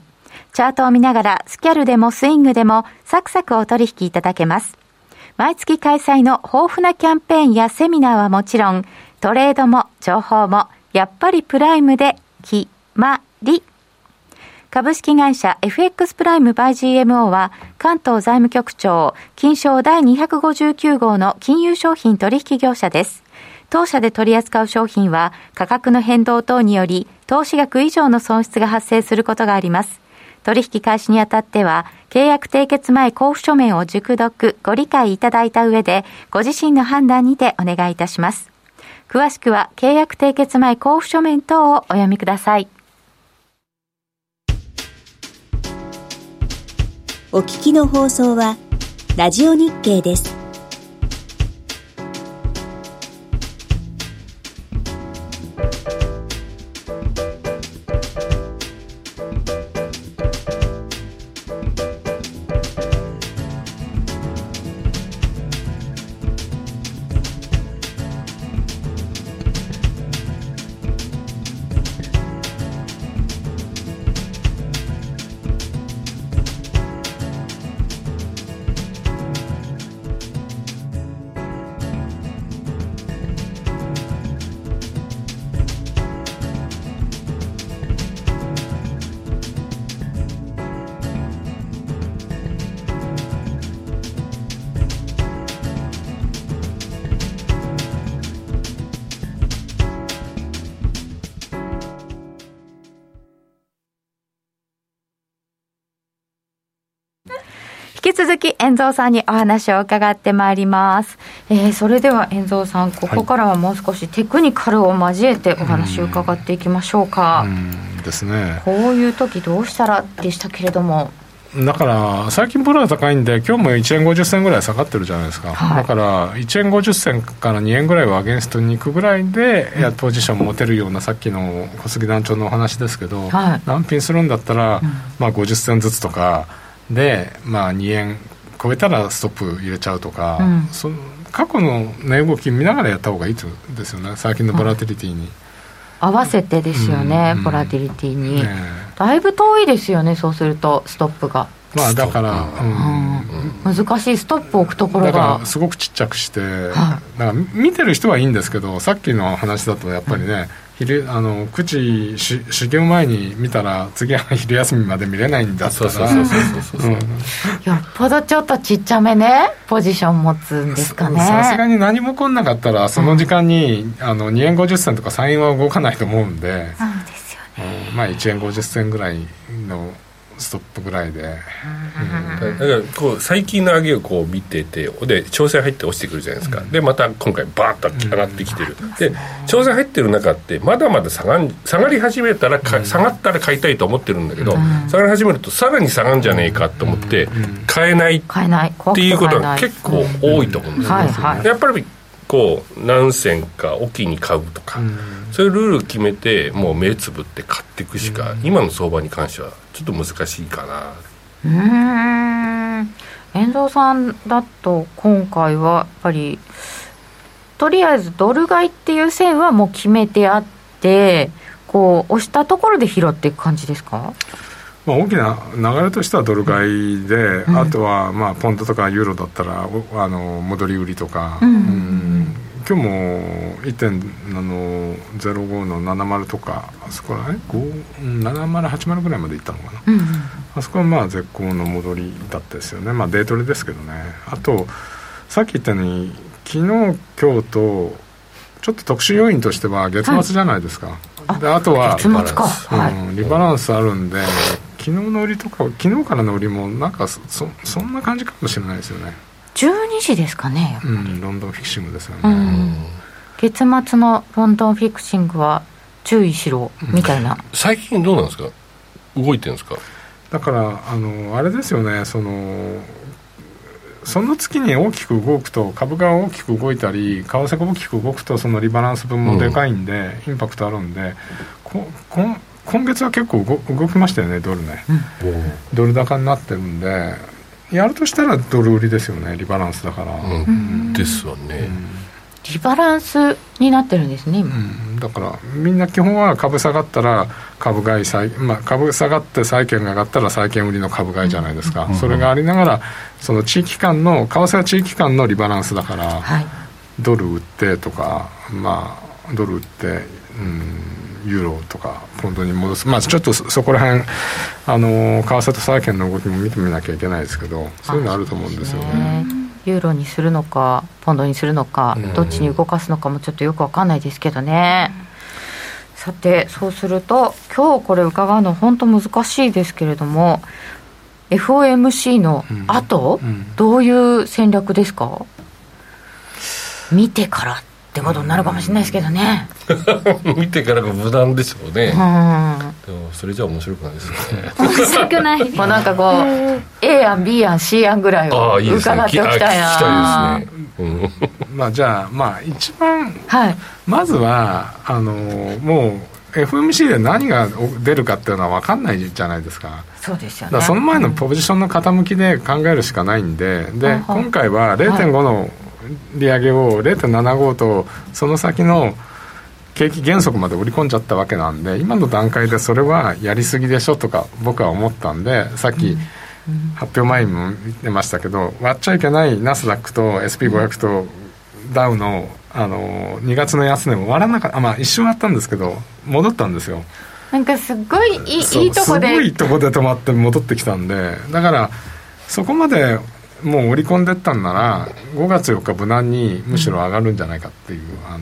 チャートを見ながらスキャルでもスイングでもサクサクお取引いただけます。毎月開催の豊富なキャンペーンやセミナーはもちろん、トレードも情報もやっぱりプライムで決まり。株式会社 FX プライム by GMO は関東財務局長金賞第259号の金融商品取引業者です。当社で取り扱う商品は価格の変動等により投資額以上の損失が発生することがあります。取引開始にあたっては契約締結前交付書面を熟読ご理解いただいた上でご自身の判断にてお願いいたします。詳しくは契約締結前交付書面等をお読みください。 お聞きの放送はラジオ日経です。 引き続き遠蔵さんにお話を伺ってまいります。それでは遠蔵さん、ここからはもう少しテクニカルを交えてお話を伺っていきましょうか。 ですね。 こういう時どうしたらでしたけれども、 だから最近ボラが高いんで今日も1円50銭ぐらい下がってるじゃないですか、だから1円50銭から2円ぐらいはアゲンストに行くぐらいでポジション持てるような、さっきの小杉団長のお話ですけど、難品するんだったら、50銭ずつとかで、2円超えたらストップ入れちゃうとか、過去の値動き見ながらやった方がいいですよね。最近のボラティリティに合わせてですよね、ボラティリティに、だいぶ遠いですよね。そうするとストップがだから、 難しい。ストップを置くところがだからすごくちっちゃくして、だから見てる人はいいんですけど、さっきの話だとやっぱりね、9時始業前に見たら次は昼休みまで見れないんだったら、よっぽどちょっとちっちゃめねポジション持つんですかね。 さすがに何も来なかったらその時間に2円50銭とか3円は動かないと思うんで、 そうですよね。 1円50銭ぐらいのストップぐらいで、 だからこう最近の上げをこう見てて、で調整入って落ちてくるじゃないですか、でまた今回バーッと上がってきてる、で調整入ってる中ってまだまだ下がり始めたら下がったら買いたいと思ってるんだけど、下がり始めるとさらに下がるんじゃないかと思って買えないっていうことが結構多いと思うんですよ、やっぱりこう何銭かおきに買うとか、そういうルール決めてもう目つぶって買っていくしか、今の相場に関してはちょっと難しいかな。 遠藤さんだと今回はやっぱりとりあえずドル買いっていう線はもう決めてあって、こう押したところで拾っていく感じですか？ 大きな流れとしてはドル買いで、あとはポンドとかユーロだったら戻り売りとか、今日も 1.05 の70とか、あそこは7080ぐらいまでいったのかな、あそこは絶好の戻りだったですよね。デートレですけどね。あとさっき言ったように昨日今日とちょっと特殊要因としては月末じゃないですか、であとはリバランスあるんで、昨日の売りとか昨日からの売りもなんか そんな感じかもしれないですよね。 12時ですかね、 ロンドンフィクシングですよね、 月末のロンドンフィクシングは注意しろみたいな、 最近どうなんですか、動いてるんですか。 だからあれですよね、その月に大きく動くと株が大きく動いたり為替が大きく動くとそのリバランス分もでかいんで、インパクトあるんで、今月は結構動きましたよね、ドルね、ドル高になってるんで、やるとしたらドル売りですよね、リバランスだから、 ですよね、 リバランスになってるんですね今、 だからみんな基本は株下がったら株買い、株下がって債券が上がったら債券売りの株買いじゃないですか、それがありながらその地域間の為替は地域間のリバランスだから、ドル売ってとか、ドル売って、ユーロとかポンドに戻す、ちょっとそこら辺為替と債券の動きも見てみなきゃいけないですけど、そういうのあると思うんですよね。 ユーロにするのかポンドにするのか、どっちに動かすのかもちょっとよく分かんないですけどね。さて、そうすると今日これ伺うの本当難しいですけれども、 FOMC の後、どういう戦略ですか？見てからってことになるかもしれないですけどね見てからが無難でしょうね。でもそれじゃ面白くないですよね。 面白くないもうなんかこうA 案 B 案 C 案ぐらいを伺っておきたいな。 聞きたいですね。 じゃあ一番、まずはもう FMC で何が出るかっていうのは分かんないじゃないですか。 そうですよね。 だからその前のポジションの傾きで考えるしかないんで、今回は 0.5 の利上げを 0.75 とその先の景気減速まで織り込んじゃったわけなんで、今の段階でそれはやりすぎでしょとか僕は思ったんで、さっき発表前にも言ってましたけど、割っちゃいけないナスダックと SP500 とダウの2月の安値も割らなかった、一瞬あったんですけど戻ったんですよ。 なんかすごいいいとこで、 すごいとこで止まって戻ってきたんで、だからそこまでもう織り込んでったんなら5月4日無難にむしろ上がるんじゃないかっていう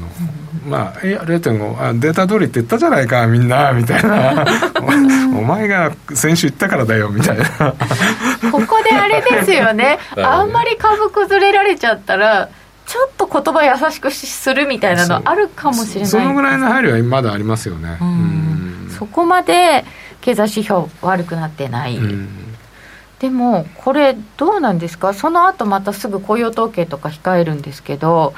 、0.5 データ通りって言ったじゃないかみんなみたいなお前が先週言ったからだよみたいなここであれですよねあんまり株崩れられちゃったらちょっと言葉優しくするみたいなのあるかもしれない。 そのぐらいの配慮はまだありますよね。 そこまで経済指標悪くなってない。でもこれどうなんですか？その後またすぐ雇用統計とか控えるんですけど、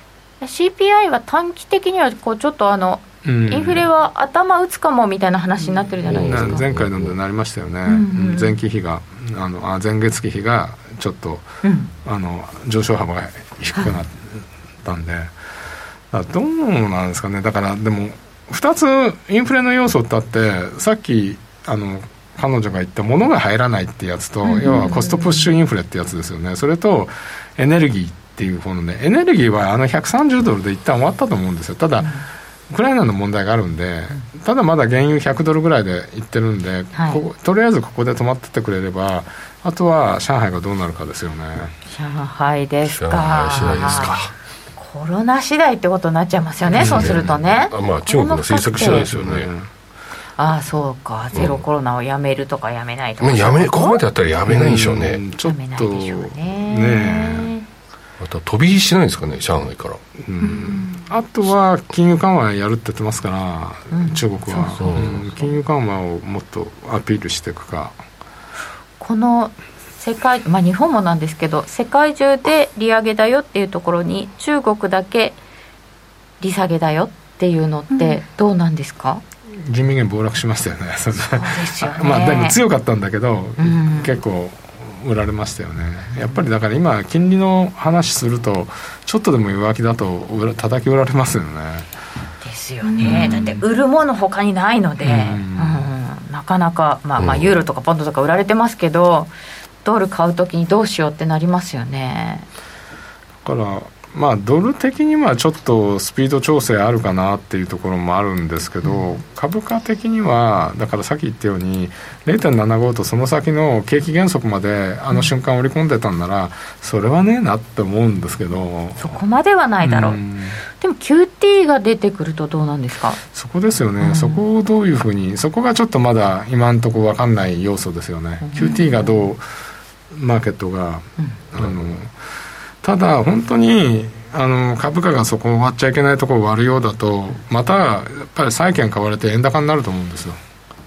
CPI は短期的にはこうちょっとインフレは頭打つかもみたいな話になってるじゃないですか。 前回のでなりましたよね。前期比が前月期比がちょっと、上昇幅が低くなったんで、どうなんですかね。だからでも2つインフレの要素ってあって、さっき彼女が言ったものが入らないってやつと、要はコストプッシュインフレってやつですよね。それとエネルギーっていう方のね、エネルギーは130ドルで一旦終わったと思うんですよ。ただ、ウクライナの問題があるんで、ただまだ原油100ドルぐらいでいってるんで、とりあえずここで止まっててくれれば、あとは上海がどうなるかですよね。 上海ですか。 上海次第ですか。 コロナ次第ってことになっちゃいますよね、そうするとね。 中国の政策次第ですよね。 そうか、ゼロコロナをやめるとかやめないとか、 ここまでやったらやめないんでしょうね。 ちょっとやめないでしょうね。 また飛び火しないんですかね、上海から。 あとは金融緩和やるって言ってますから、中国は金融緩和をもっとアピールしていくか。 この世界、日本もなんですけど、世界中で利上げだよっていうところに中国だけ利下げだよっていうのってどうなんですか？ 人民元暴落しましたよね。 そうですよね。 でも強かったんだけど、結構売られましたよね。やっぱりだから今金利の話するとちょっとでも弱気だと叩き売られますよね。 ですよね。だって売るもの他にないので、なかなか、ユーロとかポンドとか売られてますけど、ドル買うときにどうしようってなりますよね。 だからドル的にはちょっとスピード調整あるかなっていうところもあるんですけど、株価的にはだからさっき言ったように 0.75 とその先の景気減速まで瞬間織り込んでたんならそれはねえなって思うんですけど、 そこまではないだろう。でも QT が出てくるとどうなんですか？ そこですよね。そこをどういうふうに、そこがちょっとまだ今のところ分かんない要素ですよね。QT がどうマーケットが、ただ本当に株価がそこを割っちゃいけないところを割るようだと、またやっぱり債券買われて円高になると思うんですよ。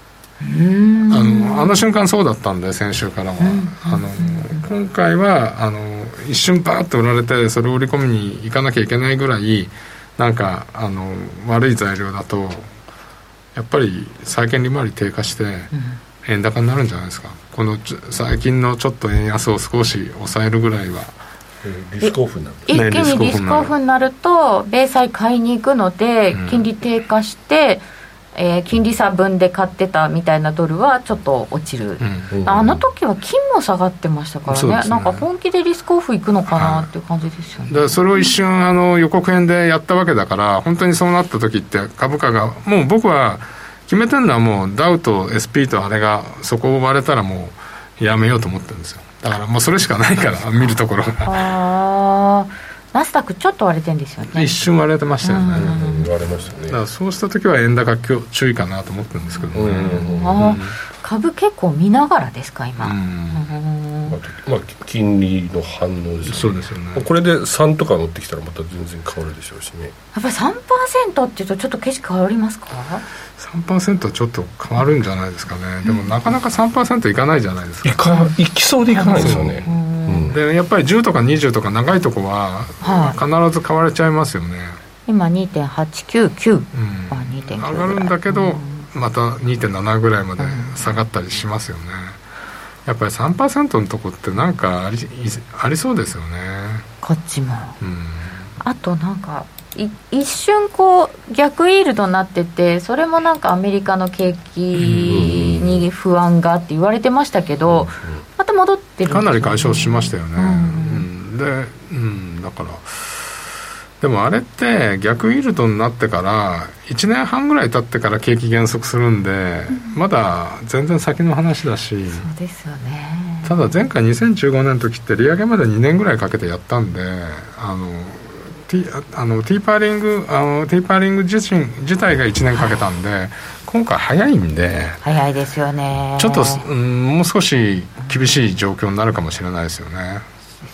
瞬間そうだったんで、先週からは、今回は一瞬バーッと売られて、それを売り込みに行かなきゃいけないぐらいなんか悪い材料だとやっぱり債券利回り低下して円高になるんじゃないですか。この最近のちょっと円安を少し抑えるぐらいはリスクオフになる、 一気にリスクオフになると米債買いに行くので、金利低下して、金利差分で買ってたみたいなドルはちょっと落ちる、あの時は金も下がってましたから ね、なんか本気でリスクオフいくのかなっていう感じですよね。 だからそれを一瞬予告編でやったわけだから、本当にそうなった時って株価がもう僕は決めてるのはもうダウと SP とあれがそこを割れたらもうやめようと思ってるんですよ。だからもうそれしかないから見るところがナスダックちょっと割れてるんですよね。 一瞬割れてましたよね、 割れましたね。 だからそうした時は円高注意かなと思ってるんですけどね、 株結構見ながらですか今、 金利の反応ですね。 そうですよね。 これで3とか乗ってきたらまた全然変わるでしょうしね。 やっぱり 3% っていうとちょっと景色変わりますか？ 3% はちょっと変わるんじゃないですかね。でもなかなか 3% いかないじゃないですか。 いきそうでいかないですよね。 でやっぱり10とか20とか長いとこは必ず買われちゃいますよね。 今 2.899、 上がるんだけど、また 2.7 ぐらいまで下がったりしますよね。やっぱり 3% のとこってなんかありそうですよね、 こっちも、あとなんか一瞬こう逆イールドになってて、それもなんかアメリカの景気に不安がって言われてましたけど、また戻ってるんですよね。 かなり解消しましたよね、で、だからでもあれって逆イールドになってから1年半ぐらい経ってから景気減速するんで、まだ全然先の話だし。そうですよね。 ただ前回2015年の時って利上げまで2年ぐらいかけてやったんで、ティーパーリング自体が1年かけたんで、今回早いんで、 早いですよね。 ちょっと、もう少し厳しい状況になるかもしれないですよね。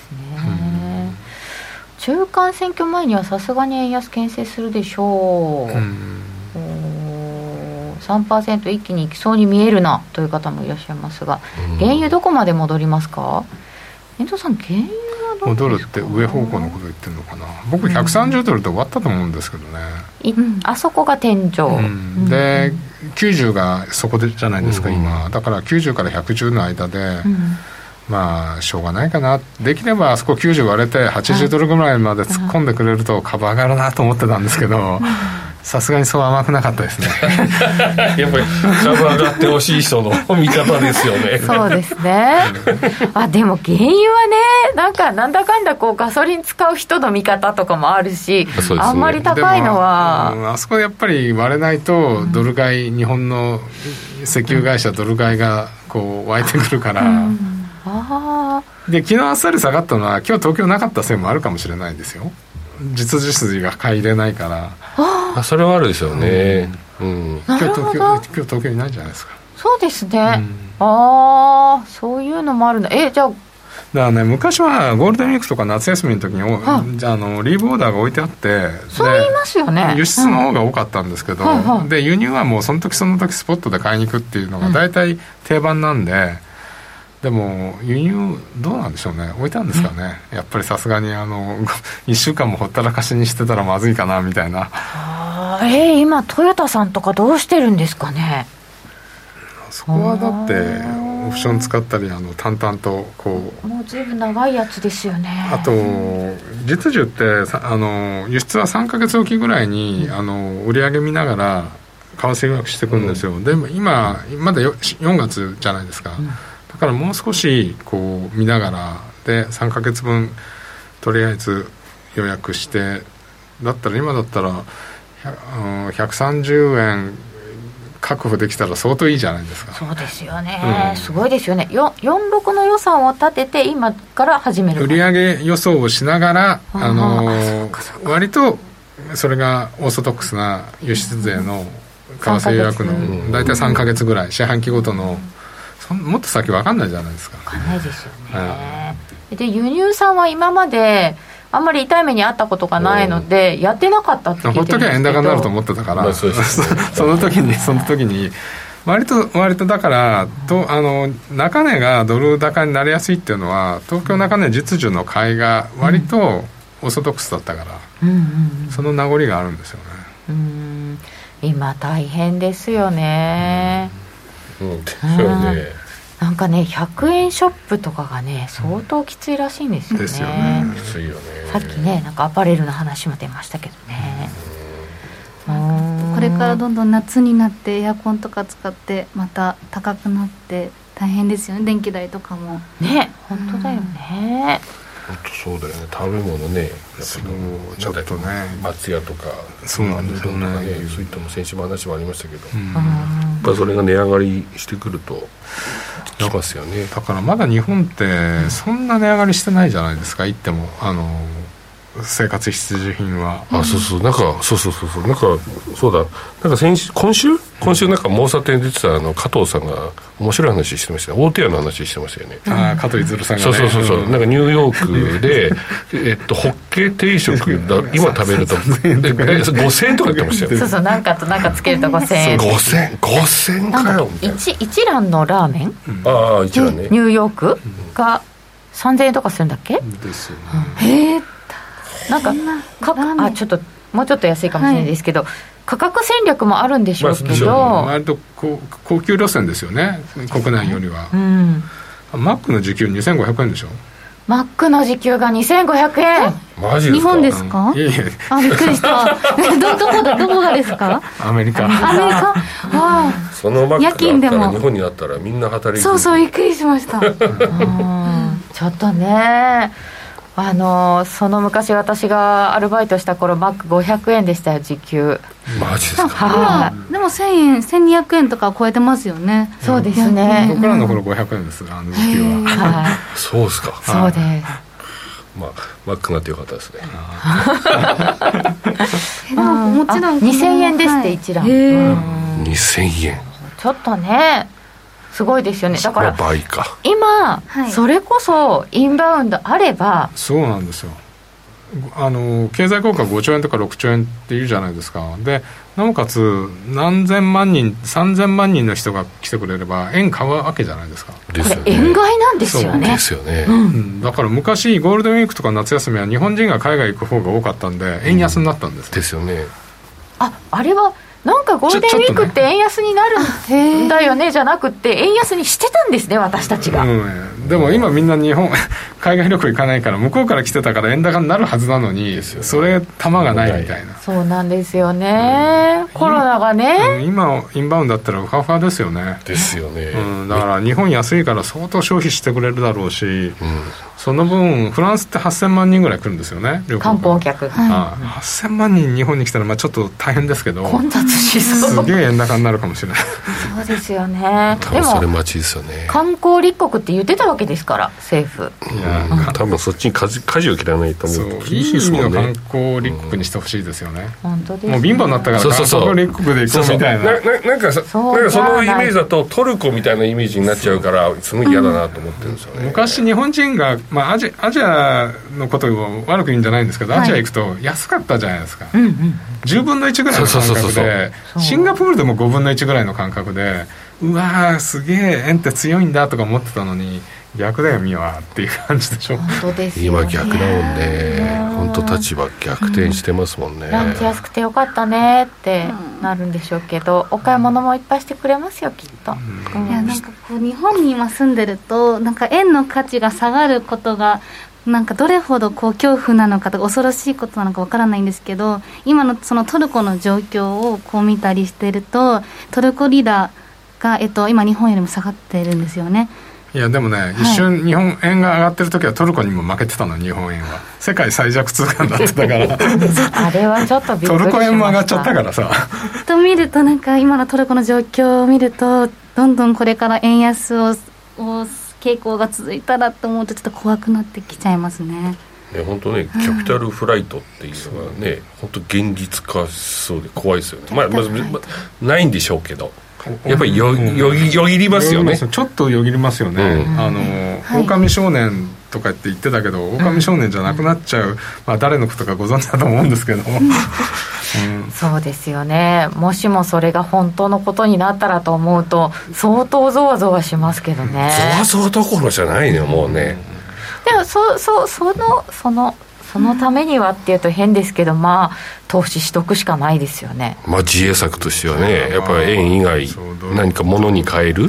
中間選挙前にはさすがに円安牽制するでしょう、3% 一気にいきそうに見えるなという方もいらっしゃいますが、原油どこまで戻りますか？遠藤さん、原油はどうですか？ 戻るって上方向のこと言ってるのかな。僕130ドルで終わったと思うんですけどね、 あそこが天井、 で90がそこでじゃないですか、今だから90から110の間で、まあしょうがないかな。できればあそこ90割れて80ドルぐらいまで突っ込んでくれると株上がるなと思ってたんですけど、さすがにそう甘くなかったですねやっぱり株上がってほしい人の見方ですよねそうですねでも原油はね、なんだかんだこうガソリン使う人の見方とかもあるし、あんまり高いのはあそこでやっぱり割れないとドル買い、日本の石油会社ドル買いがこう湧いてくるから、で昨日あっさり下がったのは今日東京なかったせいもあるかもしれないですよ。実需筋が買い入れないから。 それはあるでしょうね、 今日東京いないじゃないですか。 そうですね、そういうのもあるんだ。じゃあだからね、昔はゴールデンウィークとか夏休みの時にリーブオーダーが置いてあって、 そう言いますよね。 輸出の方が多かったんですけど、で輸入はもうその時その時スポットで買いに行くっていうのが大体定番なんで、でも輸入どうなんでしょうね、置いてあるんですかね、やっぱりさすがに1週間もほったらかしにしてたらまずいかなみたいな。 今トヨタさんとかどうしてるんですかね。 そこはだってオプション使ったり淡々とこう、 もう随分長いやつですよね。 あと実需って輸出は3ヶ月おきぐらいに売り上げ見ながら為替予約していくんですよ、でも今まだ4月じゃないですか、だからもう少しこう見ながらで3ヶ月分とりあえず予約して、だったら今だったら130円確保できたら相当いいじゃないですか。 そうですよね、すごいですよね。46の予算を立てて今から始める。 売上予想をしながら割とそれがオーソドックスな輸出税の為替予約の大体3ヶ月ぐらい、四半期ごとのもっと先分かんないじゃないですか。 分かんないですよね、で輸入産は今まであんまり痛い目にあったことがないのでやってなかったって聞いてるんですけど、 ほっときゃ円高になると思ってたから、その時に割とだから中値がドル高になりやすいっていうのは東京中値実需の買いが割とオーソドックスだったから、その名残があるんですよね。 今大変ですよね。 ですよね。 なんかね100円ショップとかがね相当きついらしいんですよね、 ですよね。 きついよね。 さっきねなんかアパレルの話も出ましたけどね、 これからどんどん夏になってエアコンとか使ってまた高くなって大変ですよね、電気代とかもね。本当だよね、 本当そうだよね。食べ物ね、やっぱりちょっとね松屋とかそうなんですよね、 そういったも先週も話もありましたけど、 うんやっぱそれが値上がりしてくるときますよね。 だからまだ日本ってそんな値上がりしてないじゃないですか。言っても生活必需品は。 そうそう、なんかなんかそうだ、なんか今週なんか猛者店出てた加藤さんが面白い話してましたね。大手屋の話してましたよね。 加藤泉さんがね。 そう、なんかニューヨークでホッケ定食だ今食べると5000円とか言ってましたよ。 そうなんかとなんかつけると5000円。 5000円かよみたいな。 一蘭のラーメン、 一蘭ね、 ニューヨークが3000円とかするんだっけですよね。 なんかちょっともうちょっと安いかもしれないですけど、価格戦略もあるんでしょうけど、 割と高級路線ですよね、国内よりは。マックの時給2500円でしょ。 マックの時給が2500円。 マジですか。 日本ですか。 いえいえ、 びっくりしたどこがですか。 アメリカ。 そのマックだったら日本にあったらみんな働いてる。 そうびっくりしましたちょっとね、その昔私がアルバイトした頃マック500円でしたよ、時給。 マジですか。 でも1000円1200円とか超えてますよね。 そうですね。 僕らの頃500円です、時給は。 そうですか。 そうです。 マックなってよかったですね。 もちろん 2000円ですって、一覧。 2000円。 ちょっとねすごいですよね。だから倍か今、それこそインバウンドあれば。 そうなんですよ。経済効果5兆円とか6兆円っていうじゃないですか。でなおかつ何千万人3000万人の人が来てくれれば円買うわけじゃないですか。 これ円買いなんですよね。 ですよね、 だから昔ゴールデンウィークとか夏休みは日本人が海外行く方が多かったんで円安になったんです、 ですよね。 あれはなんかゴールデンウィークって円安になるんだよねじゃなくて円安にしてたんですね、私たちが。 でも今みんな海外旅行行かないから向こうから来てたから円高になるはずなのに、それ玉がないみたいな。 そうなんですよね、コロナがね、 今インバウンドだったらウハウハですよね。 ですよね、 だから日本安いから相当消費してくれるだろうし、その分フランスって8000万人ぐらい来るんですよね、旅行観光客。 8000万人日本に来たらちょっと大変ですけど、 混雑しそう。 すげえ円高になるかもしれない。 そうですよね。 多分それ待ちですよね。 観光立国って言ってたわけですから政府。 多分そっちに舵を切らないと思う。 いい意味の観光立国にしてほしいですよね。 本当ですね。 もう貧乏になったから観光立国で行こうみたいな。 なんかそのイメージだとトルコみたいなイメージになっちゃうからすごい嫌だなと思ってるんですよね。 昔日本人が、アジアのことを悪く言うんじゃないんですけど、アジア行くと安かったじゃないですか、10分の1ぐらいの感覚で、シンガポールでも5分の1ぐらいの感覚で、うわーすげえ円って強いんだとか思ってたのに逆だよミワっていう感じでしょ。 本当ですよね。 今逆だもんね。本当立場逆転してますもんね。 ランチ安くてよかったねってなるんでしょうけど、お買い物もいっぱいしてくれますよきっと。 いやなんかこう日本に今住んでるとなんか円の価値が下がることがなんかどれほどこう恐怖なのかとか恐ろしいことなのかわからないんですけど、今のそのトルコの状況をこう見たりしてるとトルコリラが、今日本よりも下がってるんですよね。 いやでもね、一瞬日本円が上がってる時はトルコにも負けてたの。日本円は世界最弱通貨になってたからあれはちょっとびっくりしました。 トルコ円も上がっちゃったからさと見るとなんか今のトルコの状況を見るとどんどんこれから円安を傾向が続いたらと思うとちょっと怖くなってきちゃいますね。 本当ね、キャピタルフライトっていうのがね、本当現実化しそうで怖いですよね。まずないんでしょうけど、やっぱりよぎりますよね。 ちょっとよぎりますよね、狼少年とかって言ってたけど、狼少年じゃなくなっちゃう、誰のことかご存知だと思うんですけどそうですよね。もしもそれが本当のことになったらと思うと相当ゾワゾワしますけどね。 ゾワゾワどころじゃないのよもうね。 でもそのためにはっていうと変ですけど、投資しとくしかないですよね。 自衛策としてはね、やっぱり円以外何か物に変える、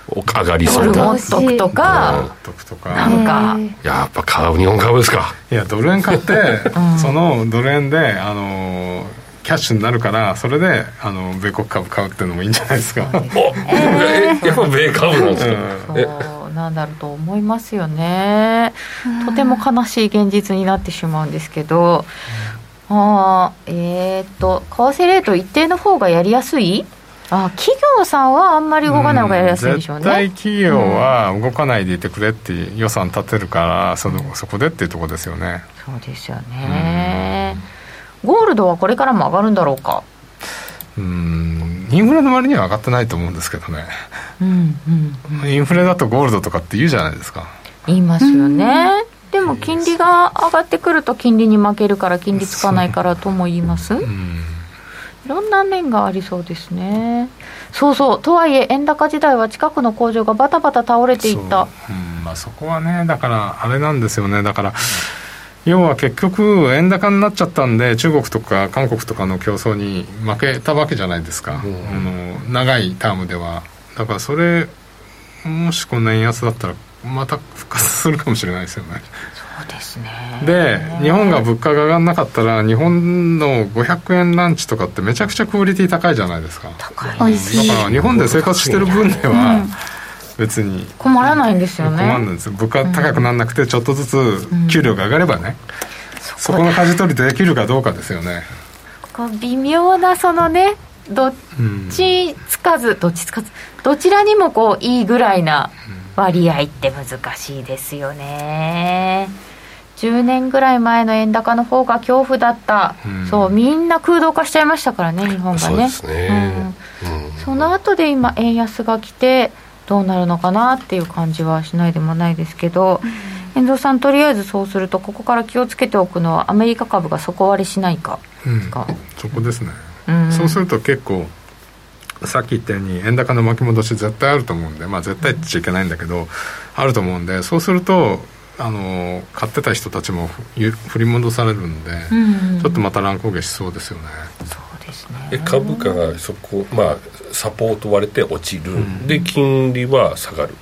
上がりそうドル持っとくとか、なんかやっぱ日本株ですか。 いやドル円買ってそのドル円でキャッシュになるから、それで米国株買うっていうのもいいんじゃないですか。 やっぱ米株なんですか。 そうなんだろうと思いますよね。とても悲しい現実になってしまうんですけど、為替レート一定の方がやりやすい。企業さんはあんまり動かない方がやりやすいんでしょうね。 絶対企業は動かないでいてくれって予算立てるから、そこでっていうところですよね。 そうですよね。ゴールドはこれからも上がるんだろうか。 インフレの割には上がってないと思うんですけどね。インフレだとゴールドとかって言うじゃないですか。 言いますよね。でも金利が上がってくると金利に負けるから金利つかないからとも言います。いろんな面がありそうですね。そうとはいえ円高時代は近くの工場がバタバタ倒れていった。 そこはね、だからあれなんですよね。だから要は結局円高になっちゃったんで、中国とか韓国とかの競争に負けたわけじゃないですか、長いタームでは。だからそれもしこんな円安だったらまた復活するかもしれないですよね。 そうですね。 で日本が物価が上がらなかったら、日本の500円ランチとかってめちゃくちゃクオリティ高いじゃないですか。 高い。 だから日本で生活してる分では別に困らないんですよね。 困るんです。物価高くならなくてちょっとずつ給料が上がればね、そこの舵取りできるかどうかですよね。 微妙なそのね、どちらにもいいぐらいな割合って難しいですよね。10年ぐらい前の円高の方が恐怖だった、そうみんな空洞化しちゃいましたからね、日本がね。 そうですね、 その後で今円安が来てどうなるのかなっていう感じはしないでもないですけど、遠藤さん、とりあえずそうするとここから気をつけておくのはアメリカ株が底割れしないかですか。 そこですね、そうすると結構さっき言ったように円高の巻き戻し絶対あると思うんで、絶対って言っちゃいけないんだけど、あると思うんで、そうすると買ってた人たちも振り戻されるんで、ちょっとまた乱高下しそうですよね。 そうですね。 株価がそこ、サポート割れて落ちる、で金利は下がる、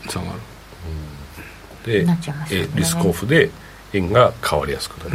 で、リスクオフで円が変わりやすくなる、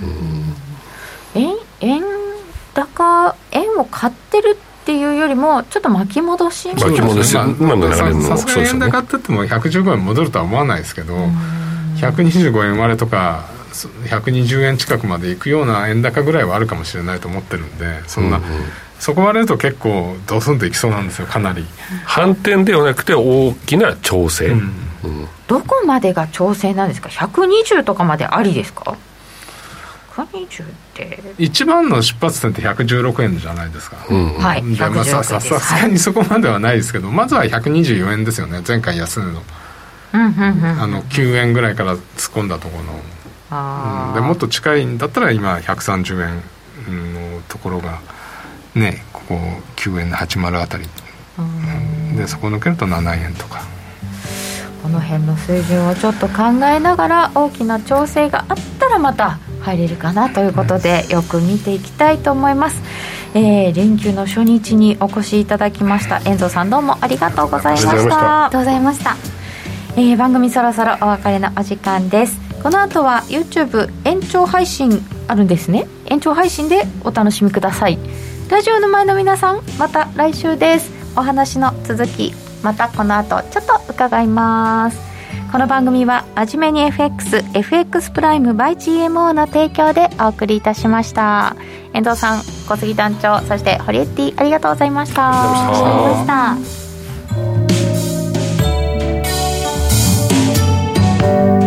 円を買ってるっていうよりもちょっと巻き戻し今の流れもさすがに円高って言っても115円戻るとは思わないですけど、125円割れとか120円近くまでいくような円高ぐらいはあるかもしれないと思ってるんで、そこ割れると結構ドスンといきそうなんですよ。かなり反転ではなくて大きな調整、 どこまでが調整なんですか。120とかまでありですか。120って一番の出発点って116円じゃないですか、 はい、 さすがにそこまではないですけど、まずは124円ですよね。前回安値の9円ぐらいから突っ込んだところの、でもっと近いんだったら今130円のところがね、ここ9円の80あたり、でそこ抜けると7円とか、 この辺の水準をちょっと考えながら大きな調整があったらまた入れるかなということで、よく見ていきたいと思います。連休の初日にお越しいただきました遠藤さん、どうもありがとうございました。 ありがとうございました。 番組そろそろお別れのお時間です。この後は YouTube 延長配信あるんですね。延長配信でお楽しみください。ラジオの前の皆さん、また来週です。お話の続きまたこの後ちょっと伺います。この番組は真面目に FX プライム by GMO の提供でお送りいたしました。遠藤さん、小杉団長、そして堀エッティ、ありがとうございました。 ありがとうございました。